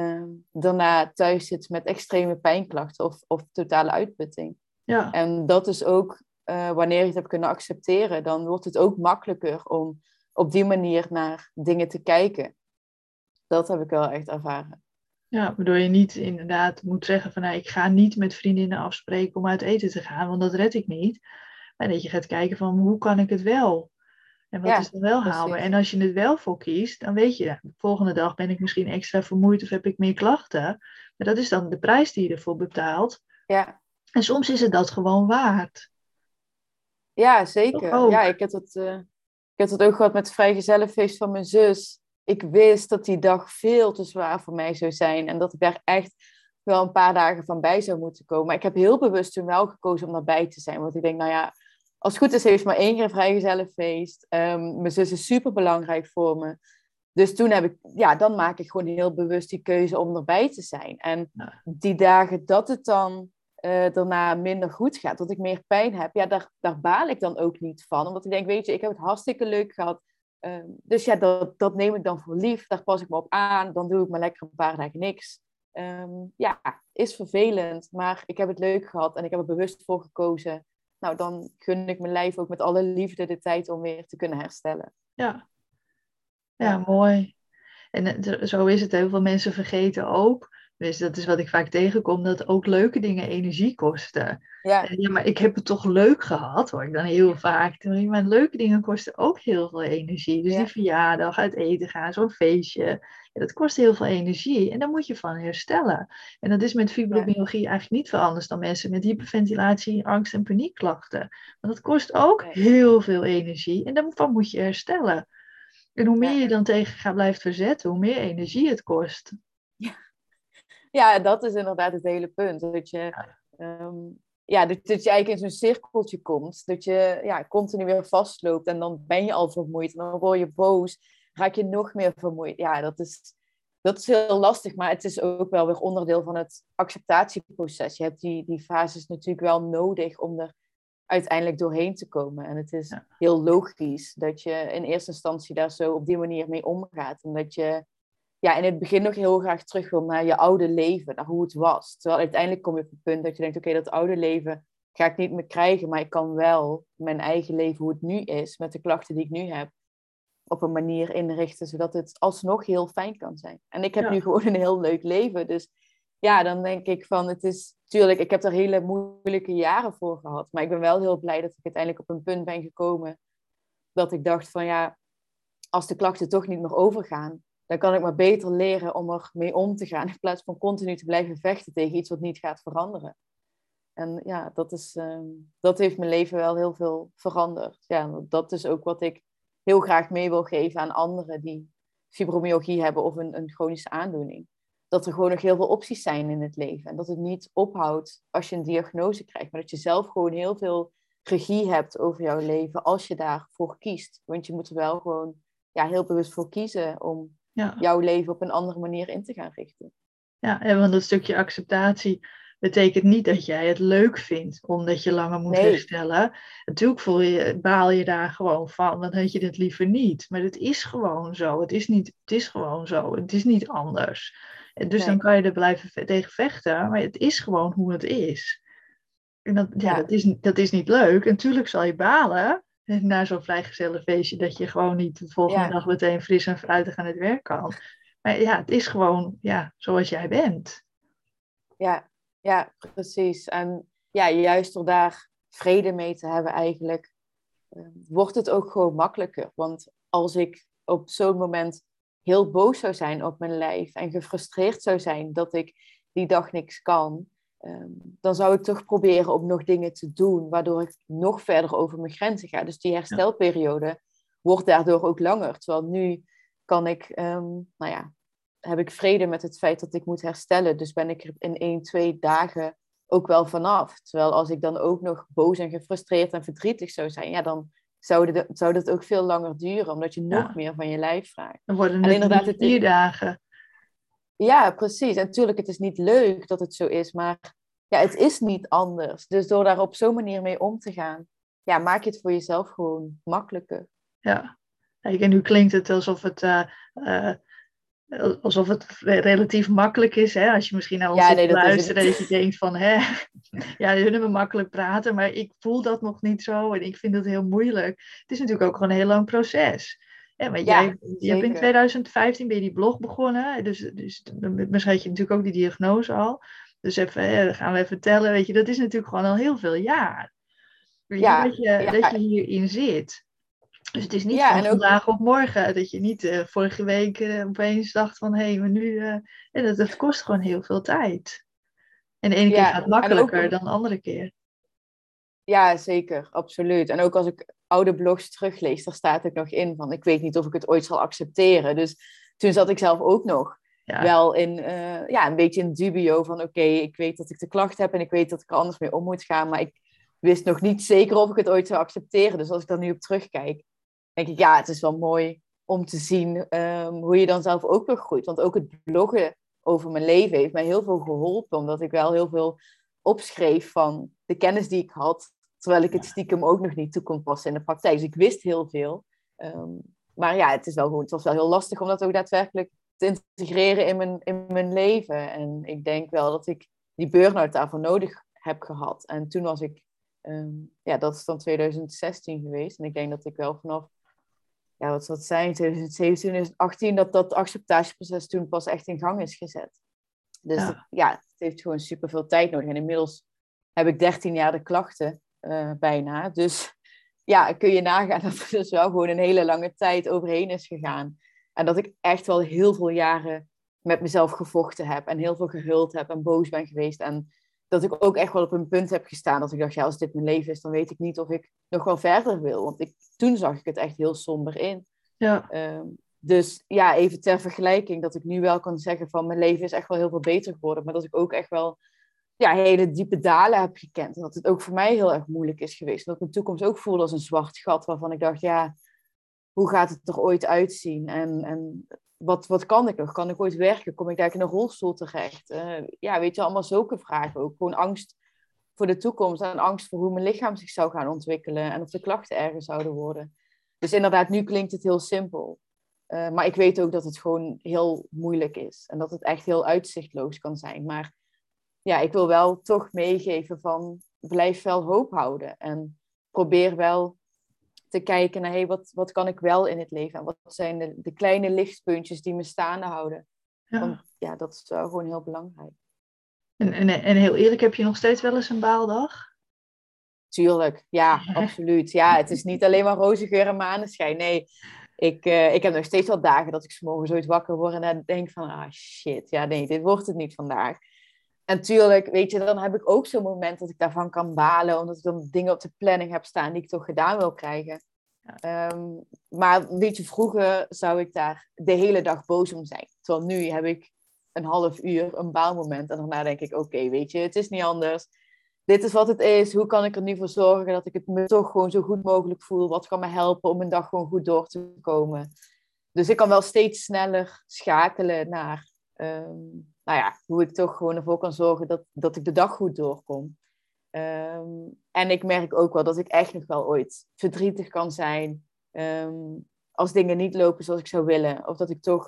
daarna thuis zit met extreme pijnklachten of totale uitputting. ja. En dat is ook, wanneer je het hebt kunnen accepteren, dan wordt het ook makkelijker om op die manier naar dingen te kijken. Dat heb ik wel echt ervaren. Ja, waardoor je niet inderdaad moet zeggen van, nou, ik ga niet met vriendinnen afspreken om uit eten te gaan, want dat red ik niet. Maar dat je gaat kijken van, hoe kan ik het wel? En wat is Ja, dan wel haalbaar? precies. En als je het wel voor kiest, dan weet je, de volgende dag ben ik misschien extra vermoeid of heb ik meer klachten. Maar dat is dan de prijs die je ervoor betaalt. Ja, En soms is het dat gewoon waard. ja, Toch zeker. Ja, ook. ik heb het. Ik heb het ook gehad met het vrijgezellenfeest van mijn zus. Ik wist dat die dag veel te zwaar voor mij zou zijn. En dat ik daar echt wel een paar dagen van bij zou moeten komen. Maar ik heb heel bewust toen wel gekozen om daarbij te zijn. Want ik denk, nou ja, als het goed is, heeft ze maar 1 keer een vrijgezellenfeest. Mijn zus is super belangrijk voor me. Dus toen dan maak ik gewoon heel bewust die keuze om erbij te zijn. En Ja. die dagen dat het dan daarna minder goed gaat, dat ik meer pijn heb, ja, daar baal ik dan ook niet van. Omdat ik denk, weet je, ik heb het hartstikke leuk gehad. Dus ja, dat neem ik dan voor lief. Daar pas ik me op aan. Dan doe ik maar lekker een paar dagen niks. Ja, is vervelend, maar ik heb het leuk gehad en ik heb er bewust voor gekozen. Nou, dan gun ik mijn lijf ook met alle liefde de tijd om weer te kunnen herstellen. Ja, ja, Ja, mooi. En zo is het. Heel veel mensen vergeten ook. Dus dat is wat ik vaak tegenkom, dat ook leuke dingen energie kosten. ja, Ja, maar ik heb het toch leuk gehad, hoor ik dan heel vaak. Maar leuke dingen kosten ook heel veel energie. Dus die ja, verjaardag, uit eten gaan, zo'n feestje. Ja, dat kost heel veel energie. En daar moet je van herstellen. En dat is met ja, fibromyalgie eigenlijk niet veel anders dan mensen met hyperventilatie, angst en paniekklachten. Want dat kost ook nee, heel veel energie. En daarvan moet je herstellen. En hoe meer ja. je dan tegen gaat blijven verzetten, hoe meer energie het kost. Ja, dat is inderdaad het hele punt. Dat je, dat je eigenlijk in zo'n cirkeltje komt. Dat je continu weer vastloopt en dan ben je al vermoeid. En dan word je boos, raak je nog meer vermoeid. Ja, dat is heel lastig, maar het is ook wel weer onderdeel van het acceptatieproces. Je hebt die fases natuurlijk wel nodig om er uiteindelijk doorheen te komen. En het is Ja, heel logisch dat je in eerste instantie daar zo op die manier mee omgaat. En dat je in het begin nog heel graag terug wil naar je oude leven, naar hoe het was. Terwijl uiteindelijk kom je op het punt dat je denkt, oké, dat oude leven ga ik niet meer krijgen, maar ik kan wel mijn eigen leven, hoe het nu is, met de klachten die ik nu heb, op een manier inrichten, zodat het alsnog heel fijn kan zijn. En ik heb nu ja, gewoon een heel leuk leven, dus ja, dan denk ik van, het is, tuurlijk, ik heb er hele moeilijke jaren voor gehad, maar ik ben wel heel blij dat ik uiteindelijk op een punt ben gekomen dat ik dacht van, ja, als de klachten toch niet meer overgaan, dan kan ik maar beter leren om er mee om te gaan, in plaats van continu te blijven vechten tegen iets wat niet gaat veranderen. En ja, dat heeft mijn leven wel heel veel veranderd. Ja, dat is ook wat ik heel graag mee wil geven aan anderen die fibromyalgie hebben of een chronische aandoening. Dat er gewoon nog heel veel opties zijn in het leven. En dat het niet ophoudt als je een diagnose krijgt. Maar dat je zelf gewoon heel veel regie hebt over jouw leven als je daarvoor kiest. Want je moet er wel gewoon heel bewust voor kiezen om ja. jouw leven op een andere manier in te gaan richten. Ja, en want dat stukje acceptatie betekent niet dat jij het leuk vindt, omdat je langer moet Nee, herstellen. Natuurlijk baal je daar gewoon van, dan had je het liever niet. Maar het is gewoon zo. Het is gewoon zo. Het is niet anders. En dus dan nee, kan je er blijven tegen vechten, maar het is gewoon hoe het is. En ja, dat is niet leuk. En natuurlijk zal je balen na zo'n vrijgezellenfeestje dat je gewoon niet de volgende ja. dag meteen fris en fruitig aan het werk kan. Maar ja, het is gewoon zoals jij bent. Ja, ja, precies. En ja, juist door daar vrede mee te hebben eigenlijk, wordt het ook gewoon makkelijker. Want als ik op zo'n moment heel boos zou zijn op mijn lijf en gefrustreerd zou zijn dat ik die dag niks kan, dan zou ik toch proberen om nog dingen te doen waardoor ik nog verder over mijn grenzen ga. Dus die Ja, herstelperiode wordt daardoor ook langer. Terwijl nu kan ik, heb ik vrede met het feit dat ik moet herstellen. Dus ben ik er in 1, 2 dagen ook wel vanaf. Terwijl als ik dan ook nog boos en gefrustreerd en verdrietig zou zijn, ja, dan zou dat ook veel langer duren, omdat je nog ja. meer van je lijf vraagt. Dan worden En het inderdaad, 4 dagen. ja, precies. En natuurlijk, het is niet leuk dat het zo is, maar ja, het is niet anders. Dus door daar op zo'n manier mee om te gaan, ja, maak je het voor jezelf gewoon makkelijker. Ja. Kijk, en nu klinkt het eh, alsof het relatief makkelijk is. Hè? Als je misschien naar ons Ja, zit nee, te dat is het luisteren, dat je niet. denkt van, hè, ja, die kunnen we makkelijk praten, maar ik voel dat nog niet zo en ik vind het heel moeilijk. Het is natuurlijk ook gewoon een heel lang proces. Ja, maar Ja, je hebt in zeker. 2015 ben je die blog begonnen, dus misschien had je natuurlijk ook die diagnose al. Dus even, hè, dan gaan we even tellen, weet je, dat is natuurlijk gewoon al heel veel jaar. Weet je, Ja, dat je ja, hierin zit. Dus het is niet ja, van en ook, vandaag op morgen. Dat je niet vorige week opeens dacht van hé, maar nu. Dat kost gewoon heel veel tijd. En de ene keer gaat ja, het en ook makkelijker dan de andere keer. Ja, zeker, absoluut. En ook als ik oude blogs teruglees, daar staat ook nog in van, ik weet niet of ik het ooit zal accepteren. Dus toen zat ik zelf ook nog wel in, een beetje in dubio van, oké, ik weet dat ik de klacht heb en ik weet dat ik er anders mee om moet gaan, maar ik wist nog niet zeker of ik het ooit zou accepteren. Dus als ik daar nu op terugkijk, denk ik, ja, het is wel mooi om te zien hoe je dan zelf ook weer groeit. Want ook het bloggen over mijn leven heeft mij heel veel geholpen, omdat ik wel heel veel opschreef van de kennis die ik had, terwijl ik het stiekem ook nog niet toe kon passen in de praktijk. Dus ik wist heel veel. Maar ja, het was wel heel lastig om dat ook daadwerkelijk te integreren in mijn leven. En ik denk wel dat ik die burn-out daarvoor nodig heb gehad. En toen was ik, dat is dan 2016 geweest. En ik denk dat ik wel vanaf, wat zal het zijn, 2017, 2018, dat acceptatieproces toen pas echt in gang is gezet. Dus het heeft gewoon superveel tijd nodig. En inmiddels heb ik 13 jaar de klachten bijna. Dus ja, kun je nagaan dat er dus wel gewoon een hele lange tijd overheen is gegaan. En dat ik echt wel heel veel jaren met mezelf gevochten heb. En heel veel gehuild heb en boos ben geweest. En dat ik ook echt wel op een punt heb gestaan. Dat ik dacht, als dit mijn leven is, dan weet ik niet of ik nog wel verder wil. Want toen zag ik het echt heel somber in. Ja. Dus ja, even ter vergelijking, dat ik nu wel kan zeggen van mijn leven is echt wel heel veel beter geworden. Maar dat ik ook echt wel hele diepe dalen heb gekend. En dat het ook voor mij heel erg moeilijk is geweest. Dat ik mijn toekomst ook voelde als een zwart gat. Waarvan ik dacht, hoe gaat het er ooit uitzien? En wat kan ik nog? Kan ik ooit werken? Kom ik daar in een rolstoel terecht? Weet je, allemaal zulke vragen ook. Gewoon angst voor de toekomst. En angst voor hoe mijn lichaam zich zou gaan ontwikkelen. En of de klachten erger zouden worden. Dus inderdaad, nu klinkt het heel simpel. Maar ik weet ook dat het gewoon heel moeilijk is. En dat het echt heel uitzichtloos kan zijn. Maar ja, ik wil wel toch meegeven van blijf wel hoop houden. En probeer wel te kijken naar wat kan ik wel in het leven. En wat zijn de kleine lichtpuntjes die me staande houden. Ja. Want ja, dat is wel gewoon heel belangrijk. En heel eerlijk, heb je nog steeds wel eens een baaldag? Tuurlijk, ja, absoluut. Ja, het is niet alleen maar roze geur en maneschijn. Nee, ik heb nog steeds wel dagen dat ik 's morgens ooit wakker word en dan denk van, shit, dit wordt het niet vandaag. En tuurlijk, weet je, dan heb ik ook zo'n moment dat ik daarvan kan balen, omdat ik dan dingen op de planning heb staan die ik toch gedaan wil krijgen. Maar weet je, vroeger zou ik daar de hele dag boos om zijn. Terwijl nu heb ik een half uur een baalmoment en daarna denk ik, oké, weet je, het is niet anders. Dit is wat het is. Hoe kan ik er nu voor zorgen dat ik het me toch gewoon zo goed mogelijk voel? Wat kan me helpen om een dag gewoon goed door te komen? Dus ik kan wel steeds sneller schakelen naar hoe ik toch gewoon ervoor kan zorgen dat ik de dag goed doorkom. En ik merk ook wel dat ik echt nog wel ooit verdrietig kan zijn. Als dingen niet lopen zoals ik zou willen. Of dat ik toch...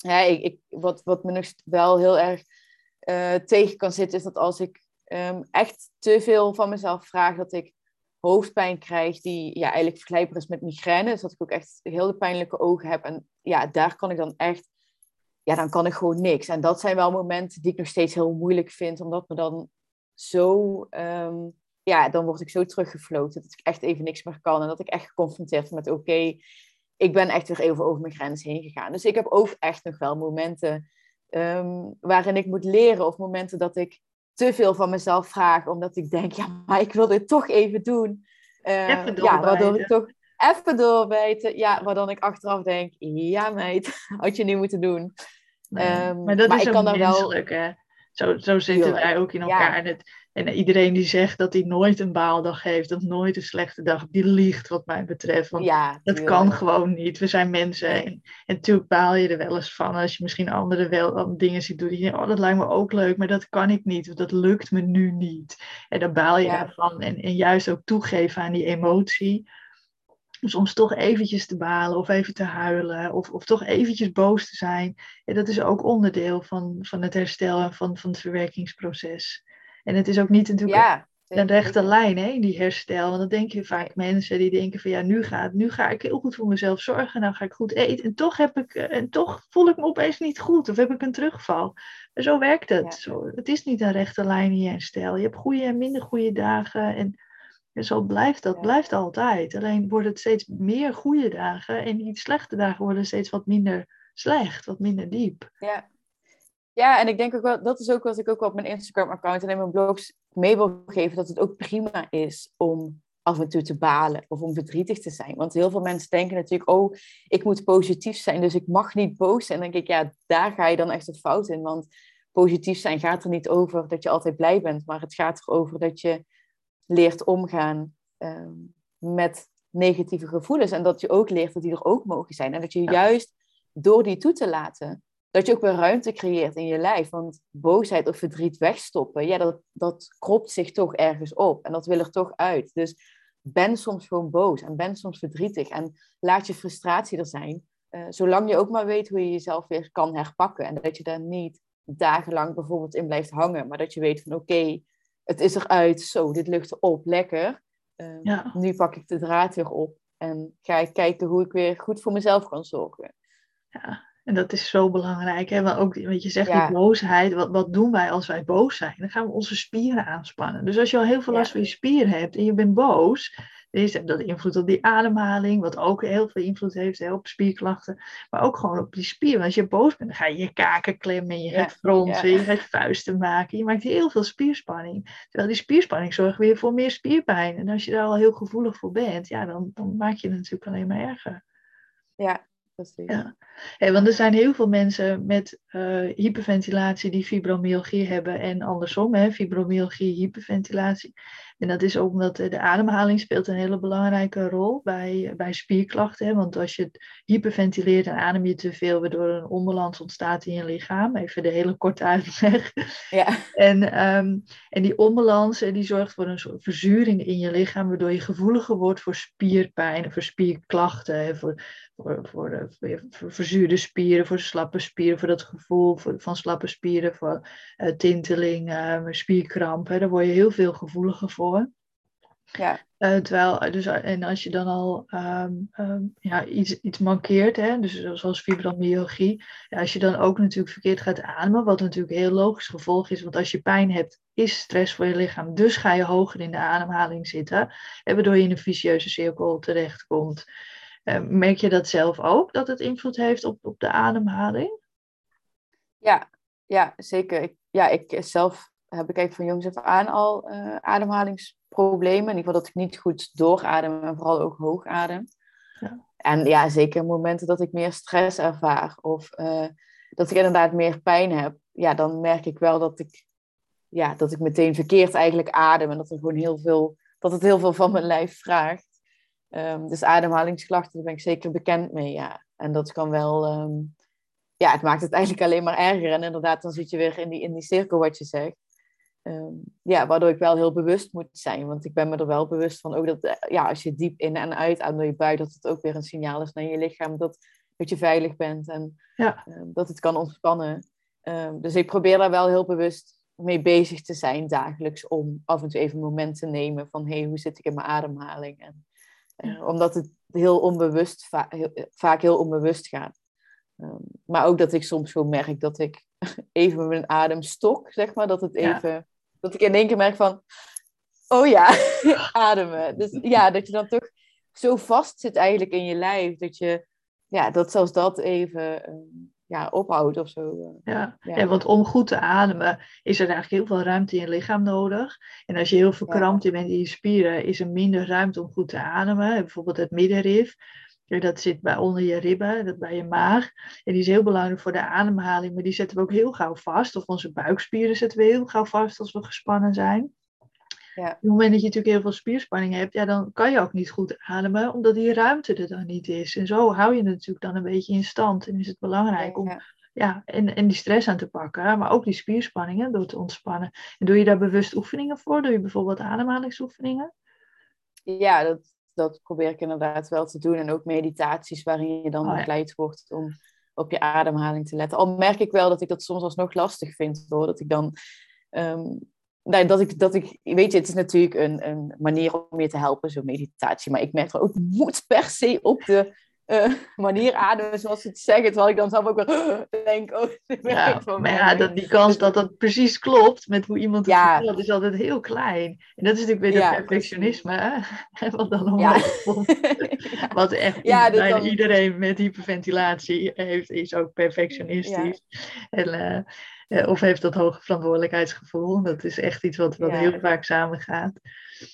wat me nog wel heel erg tegen kan zitten, is dat als ik echt te veel van mezelf vraag, dat ik hoofdpijn krijg die eigenlijk vergelijkbaar is met migraine. Dus dat ik ook echt heel de pijnlijke ogen heb. En daar kan ik dan echt... dan kan ik gewoon niks. En dat zijn wel momenten die ik nog steeds heel moeilijk vind, omdat me dan zo... dan word ik zo teruggefloten dat ik echt even niks meer kan. En dat ik echt geconfronteerd word met oké, ik ben echt weer even over mijn grens heen gegaan. Dus ik heb ook echt nog wel momenten waarin ik moet leren. Of momenten dat ik te veel van mezelf vraag. Omdat ik denk, maar ik wil dit toch even doen. Even doorbijten. Waardoor ik toch even doorbijten. Ja, waardoor ik achteraf denk, ja meid, had je niet moeten doen. Nee, maar dat is ook menselijk, hè. Zo zitten wij ook in elkaar. Ja. En iedereen die zegt dat hij nooit een baaldag heeft, of nooit een slechte dag, die liegt wat mij betreft. Want dat kan gewoon niet. We zijn mensen. Nee. En natuurlijk baal je er wel eens van als je misschien anderen wel dingen ziet doen. Die denken, dat lijkt me ook leuk, maar dat kan ik niet. Of dat lukt me nu niet. En dan baal je daarvan. En juist ook toegeven aan die emotie. Soms toch eventjes te balen of even te huilen of toch eventjes boos te zijn. En dat is ook onderdeel van het herstel en van het verwerkingsproces. En het is ook niet natuurlijk een rechte lijn, hè, die herstel. Want dan denk je vaak mensen die denken van nu ga ik heel goed voor mezelf zorgen. Nou ga ik goed eten. En toch voel ik me opeens niet goed of heb ik een terugval. Maar zo werkt het. Zo, het is niet een rechte lijn in je herstel. Je hebt goede en minder goede dagen en zo blijft dat, blijft altijd. Alleen worden het steeds meer goede dagen en die slechte dagen worden steeds wat minder slecht, wat minder diep. Ja, en ik denk ook wel, dat is ook wat ik ook wel op mijn Instagram-account en in mijn blogs mee wil geven, dat het ook prima is om af en toe te balen of om verdrietig te zijn. Want heel veel mensen denken natuurlijk, oh, ik moet positief zijn, dus ik mag niet boos zijn. En dan denk ik, ja, daar ga je dan echt het fout in. Want positief zijn gaat er niet over dat je altijd blij bent, maar het gaat erover dat je leert omgaan met negatieve gevoelens. En dat je ook leert dat die er ook mogen zijn. En dat je juist door die toe te laten, dat je ook weer ruimte creëert in je lijf. Want boosheid of verdriet wegstoppen, ja, dat kropt zich toch ergens op. En dat wil er toch uit. Dus ben soms gewoon boos en ben soms verdrietig. En laat je frustratie er zijn. Zolang je ook maar weet hoe je jezelf weer kan herpakken. En dat je daar niet dagenlang bijvoorbeeld in blijft hangen. Maar dat je weet van oké, het is eruit. Zo, dit lucht op, lekker. Nu pak ik de draad weer op. En ga ik kijken hoe ik weer goed voor mezelf kan zorgen. Ja, en dat is zo belangrijk. Hè? Want ook, wat je zegt, die boosheid. Wat doen wij als wij boos zijn? Dan gaan we onze spieren aanspannen. Dus als je al heel veel last van je spieren hebt en je bent boos, dan heeft dat invloed op die ademhaling, wat ook heel veel invloed heeft op spierklachten. Maar ook gewoon op die spieren. Want als je boos bent, dan ga je je kaken klemmen, je gaat fronsen, je gaat vuisten maken. Je maakt heel veel spierspanning. Terwijl die spierspanning zorgt weer voor meer spierpijn. En als je daar al heel gevoelig voor bent, ja, dan maak je het natuurlijk alleen maar erger. Ja, precies. Ja. Hey, want er zijn heel veel mensen met hyperventilatie die fibromyalgie hebben en andersom, fibromyalgie, hyperventilatie. En dat is ook omdat de ademhaling speelt een hele belangrijke rol bij spierklachten. Hè? Want als je hyperventileert en adem je te veel, waardoor een onbalans ontstaat in je lichaam. Even de hele korte uitleg. Ja. En die onbalans die zorgt voor een soort verzuring in je lichaam, waardoor je gevoeliger wordt voor spierpijn, voor spierklachten, voor verzuurde spieren, voor slappe spieren, voor dat gevoel van slappe spieren, voor tinteling, spierkramp. Daar word je heel veel gevoeliger voor. Ja. En als je dan al iets mankeert, dus zoals fibromyalgie, als je dan ook natuurlijk verkeerd gaat ademen, wat natuurlijk een heel logisch gevolg is, want als je pijn hebt, is stress voor je lichaam, dus ga je hoger in de ademhaling zitten, waardoor je in een vicieuze cirkel terechtkomt. Merk je dat zelf ook, dat het invloed heeft op de ademhaling? Ja, zeker. Ik zelf heb ik eigenlijk van jongs af aan al ademhalingsproblemen. In ieder geval dat ik niet goed dooradem en vooral ook hoog adem. Ja. En ja, zeker momenten dat ik meer stress ervaar of dat ik inderdaad meer pijn heb. Ja, dan merk ik wel dat ik meteen verkeerd eigenlijk adem en dat het heel veel van mijn lijf vraagt. Dus ademhalingsklachten, daar ben ik zeker bekend mee, ja. En dat kan wel... het maakt het eigenlijk alleen maar erger. En inderdaad, dan zit je weer in die cirkel wat je zegt. Waardoor ik wel heel bewust moet zijn. Want ik ben me er wel bewust van ook dat als je diep in en uit ademt door je buik, dat het ook weer een signaal is naar je lichaam dat je veilig bent en dat het kan ontspannen. Dus ik probeer daar wel heel bewust mee bezig te zijn dagelijks om af en toe even een moment te nemen van hoe zit ik in mijn ademhaling? Omdat het heel onbewust, vaak heel onbewust gaat. Maar ook dat ik soms gewoon merk dat ik even met mijn adem stok, zeg maar. Dat ik in één keer merk van, oh ja, ademen. Dus ja, dat je dan toch zo vast zit eigenlijk in je lijf, dat zelfs dat even ophoudt of zo. Want om goed te ademen is er eigenlijk heel veel ruimte in je lichaam nodig. En als je heel verkrampt bent in je spieren, is er minder ruimte om goed te ademen. Bijvoorbeeld het middenrif. Dat zit onder je ribben, dat bij je maag. En die is heel belangrijk voor de ademhaling, maar die zetten we ook heel gauw vast. Of onze buikspieren zetten we heel gauw vast als we gespannen zijn. Ja. Op het moment dat je natuurlijk heel veel spierspanning hebt, dan kan je ook niet goed ademen, omdat die ruimte er dan niet is. En zo hou je het natuurlijk dan een beetje in stand. En is het belangrijk om en die stress aan te pakken, maar ook die spierspanningen door te ontspannen. En doe je daar bewust oefeningen voor? Doe je bijvoorbeeld ademhalingsoefeningen? Ja, dat probeer ik inderdaad wel te doen. En ook meditaties waarin je dan begeleid wordt om op je ademhaling te letten. Al merk ik wel dat ik dat soms alsnog lastig vind, hoor. Dat ik dan... weet je, het is natuurlijk een manier om je te helpen, zo'n meditatie. Maar ik merk er ook, moet per se op de manier ademen zoals ze het zeggen. Terwijl ik dan zelf ook wel denk, die kans dat dat precies klopt met hoe iemand het vertelt, is altijd heel klein. En dat is natuurlijk weer dat perfectionisme, wat dan omhoog komt. Wat echt bijna iedereen met hyperventilatie heeft, is ook perfectionistisch. En, of heeft dat hoge verantwoordelijkheidsgevoel. Dat is echt iets wat heel vaak samengaat.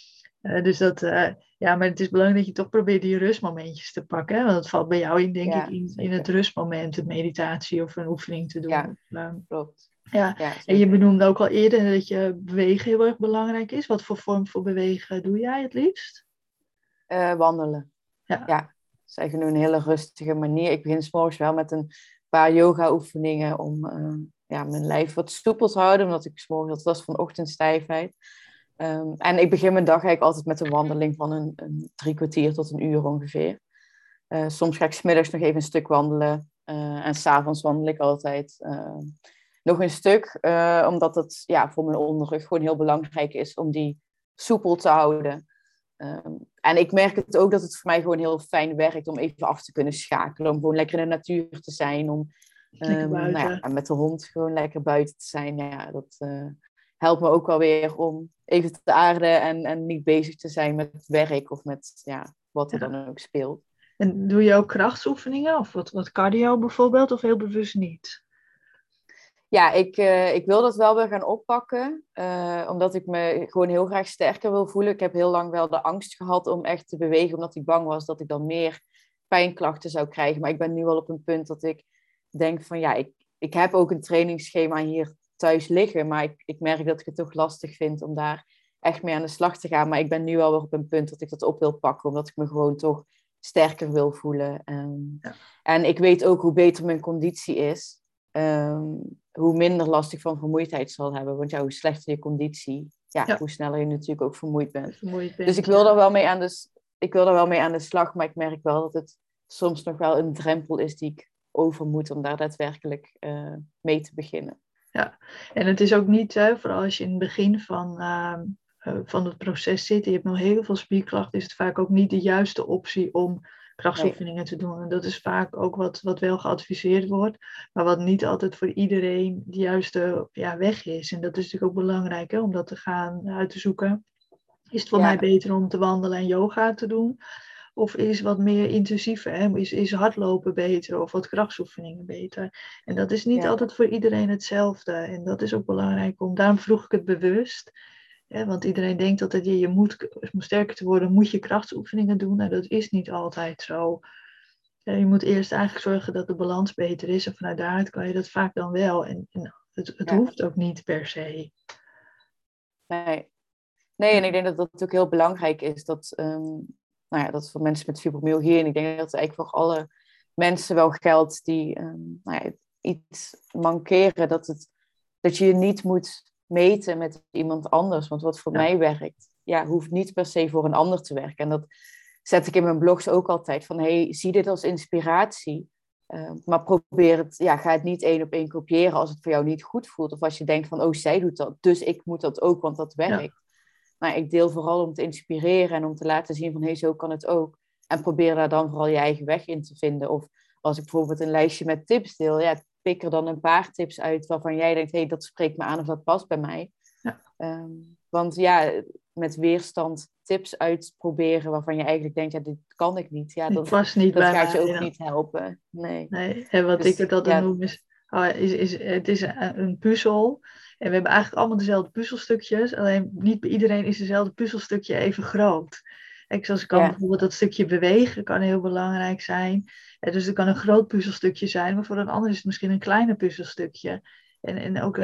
Dus dat, ja, maar het is belangrijk dat je toch probeert die rustmomentjes te pakken. Hè? Want dat valt bij jou in, denk ik, Ja, in het zeker. rustmoment, het meditatie of een oefening te doen. Ja, klopt. Ja, Ja, en je zeker. benoemde ook al eerder dat je bewegen heel erg belangrijk is. Wat voor vorm voor bewegen doe jij het liefst? Wandelen. Ja, Ja, dat is eigenlijk nu een hele rustige manier. Ik begin 's morgens wel met een paar yoga-oefeningen om mijn lijf wat soepel te houden, omdat ik 's morgens had last van ochtendstijfheid. En ik begin mijn dag eigenlijk altijd met een wandeling van een 3 kwartier tot een uur ongeveer. Soms ga ik 's middags nog even een stuk wandelen. En 's avonds wandel ik altijd nog een stuk. Omdat het voor mijn onderrug gewoon heel belangrijk is om die soepel te houden. En ik merk het ook dat het voor mij gewoon heel fijn werkt om even af te kunnen schakelen. Om gewoon lekker in de natuur te zijn. Om lekker buiten. met de hond gewoon lekker buiten te zijn. Ja, dat helpt me ook wel weer om even te aarden en niet bezig te zijn met werk of met wat er Ja. dan ook speelt. En doe je ook krachtsoefeningen of wat cardio bijvoorbeeld, of heel bewust niet? Ja, ik wil dat wel weer gaan oppakken. Omdat ik me gewoon heel graag sterker wil voelen. Ik heb heel lang wel de angst gehad om echt te bewegen. Omdat ik bang was dat ik dan meer pijnklachten zou krijgen. Maar ik ben nu al op een punt dat ik denk van ik heb ook een trainingsschema hier thuis liggen. Maar ik merk dat ik het toch lastig vind om daar echt mee aan de slag te gaan. Maar ik ben nu al weer op een punt dat ik dat op wil pakken. Omdat ik me gewoon toch sterker wil voelen. Ja. En ik weet ook hoe beter mijn conditie is. Hoe minder last ik van vermoeidheid zal hebben. Want hoe slechter je conditie, Ja. hoe sneller je natuurlijk ook vermoeid bent. Vermoeid bent, Dus ik wil daar wel mee aan de slag. Maar ik merk wel dat het soms nog wel een drempel is die ik over moet om daar daadwerkelijk mee te beginnen. Ja, en het is ook niet, vooral als je in het begin van het proces zit, en je hebt nog heel veel spierklachten, is het vaak ook niet de juiste optie om krachtsoefeningen te doen. En dat is vaak ook wat wel geadviseerd wordt, maar wat niet altijd voor iedereen de juiste weg is. En dat is natuurlijk ook belangrijk, hè, om dat te gaan uit te zoeken. Is het voor mij beter om te wandelen en yoga te doen? Of is wat meer intensiever? Hè? Is hardlopen beter of wat krachtsoefeningen beter? En dat is niet altijd voor iedereen hetzelfde. En dat is ook belangrijk daarom vroeg ik het bewust. Hè? Want iedereen denkt altijd, je moet, om sterker te worden, moet je krachtsoefeningen doen. Nou, dat is niet altijd zo. Je moet eerst eigenlijk zorgen dat de balans beter is. En vanuit daaruit kan je dat vaak dan wel. En het hoeft ook niet per se. Nee, en ik denk dat dat ook heel belangrijk is. Dat dat voor mensen met fibromyalgie, en ik denk dat het eigenlijk voor alle mensen wel geldt die iets mankeren, dat je je niet moet meten met iemand anders. Want wat voor mij werkt, hoeft niet per se voor een ander te werken. En dat zet ik in mijn blogs ook altijd van, zie dit als inspiratie. Maar probeer het, ga het niet 1-op-1 kopiëren als het voor jou niet goed voelt. Of als je denkt van, zij doet dat, dus ik moet dat ook, want dat werkt. Ja. Maar ik deel vooral om te inspireren en om te laten zien van, zo kan het ook. En probeer daar dan vooral je eigen weg in te vinden. Of als ik bijvoorbeeld een lijstje met tips deel, pik er dan een paar tips uit waarvan jij denkt, dat spreekt me aan of dat past bij mij. Ja. Want met weerstand tips uitproberen waarvan je eigenlijk denkt, dit kan ik niet. Het past niet dat bij gaat je mij. ook niet helpen. Nee. En wat ik Dus, het altijd noem het is een puzzel. En we hebben eigenlijk allemaal dezelfde puzzelstukjes. Alleen niet bij iedereen is dezelfde puzzelstukje even groot. Kijk, zoals kan bijvoorbeeld dat stukje bewegen kan heel belangrijk zijn. Dus er kan een groot puzzelstukje zijn, maar voor een ander is het misschien een kleiner puzzelstukje. En ook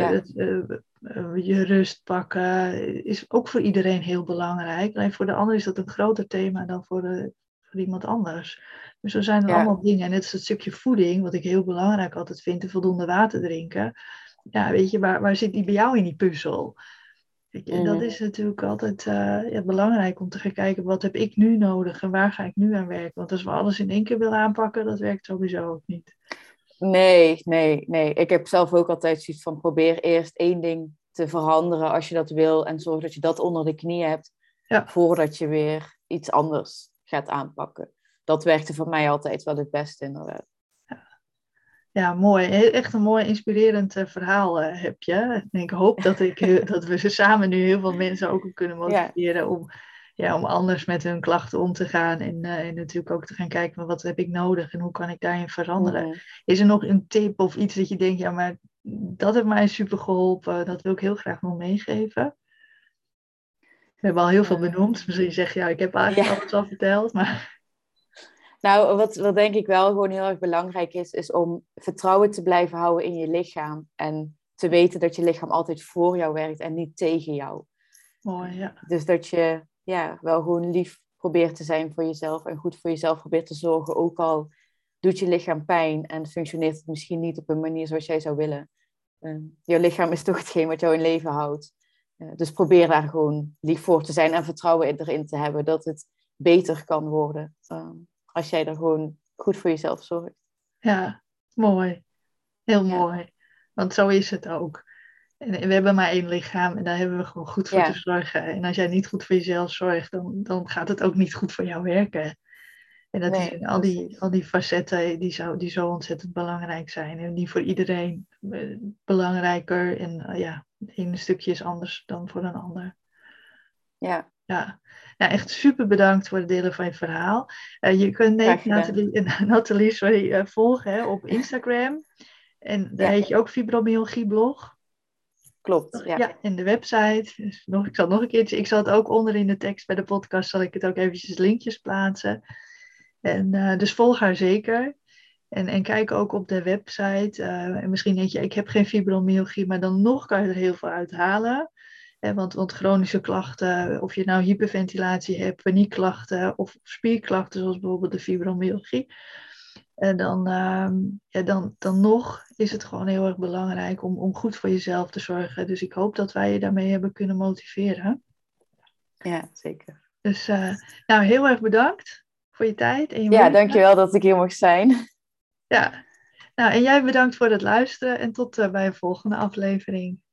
je rust pakken is ook voor iedereen heel belangrijk. Alleen voor de ander is dat een groter thema dan voor iemand anders. Dus zo zijn er allemaal dingen. En net als het stukje voeding, wat ik heel belangrijk altijd vind, voldoende water drinken. Ja, weet je, waar zit die bij jou in die puzzel? Dat is natuurlijk altijd belangrijk om te gaan kijken, wat heb ik nu nodig en waar ga ik nu aan werken? Want als we alles in één keer willen aanpakken, dat werkt sowieso ook niet. Nee. Ik heb zelf ook altijd zoiets van, probeer eerst 1 ding te veranderen als je dat wil. En zorg dat je dat onder de knie hebt, voordat je weer iets anders gaat aanpakken. Dat werkte voor mij altijd wel het beste, inderdaad. Ja, mooi. Echt een mooi inspirerend verhaal heb je. En ik hoop dat we samen nu heel veel mensen ook kunnen motiveren om anders met hun klachten om te gaan. En natuurlijk ook te gaan kijken, van wat heb ik nodig en hoe kan ik daarin veranderen. Is er nog een tip of iets dat je denkt, maar dat heeft mij super geholpen. Dat wil ik heel graag nog meegeven. We hebben al heel veel Eh, benoemd. Misschien zeg je, ja, ik heb eigenlijk ja, alles al verteld. Maar nou, wat denk ik wel gewoon heel erg belangrijk is om vertrouwen te blijven houden in je lichaam. En te weten dat je lichaam altijd voor jou werkt en niet tegen jou. mooi, ja. Dus dat je wel gewoon lief probeert te zijn voor jezelf en goed voor jezelf probeert te zorgen. Ook al doet je lichaam pijn en functioneert het misschien niet op een manier zoals jij zou willen. Jouw lichaam is toch hetgeen wat jou in leven houdt. Dus probeer daar gewoon lief voor te zijn en vertrouwen erin te hebben dat het beter kan worden. Als jij er gewoon goed voor jezelf zorgt. Ja, mooi. Heel Ja, mooi. Want zo is het ook. En we hebben maar één lichaam en daar hebben we gewoon goed voor te ja, zorgen. En als jij niet goed voor jezelf zorgt, dan gaat het ook niet goed voor jou werken. En dat is nee, in precies. al die facetten die zo ontzettend belangrijk zijn. En die voor iedereen belangrijker. En ja, het ene stukje is anders dan voor een ander. Ja, Ja, nou, echt super bedankt voor het delen van je verhaal. Je kunt graag gedaan. Nathalie volgen hè, op Instagram. En daar Ja, heet je ook Fibromyalgieblog. klopt. Ja, Ja, en de website. Dus ik zal het nog een keertje. Ik zal het ook onder in de tekst bij de podcast. Zal ik het ook eventjes linkjes plaatsen. En dus volg haar zeker. En kijk ook op de website. En misschien denk je, ik heb geen fibromyalgie, maar dan nog kan je er heel veel uit halen. Want chronische klachten, of je nou hyperventilatie hebt, paniekklachten of spierklachten, zoals bijvoorbeeld de fibromyalgie. En dan nog is het gewoon heel erg belangrijk om goed voor jezelf te zorgen. Dus ik hoop dat wij je daarmee hebben kunnen motiveren. ja, zeker. Dus nou, heel erg bedankt voor je tijd en je Ja, moeite. dankjewel dat ik hier mocht zijn. Ja, nou, en jij bedankt voor het luisteren en tot bij een volgende aflevering.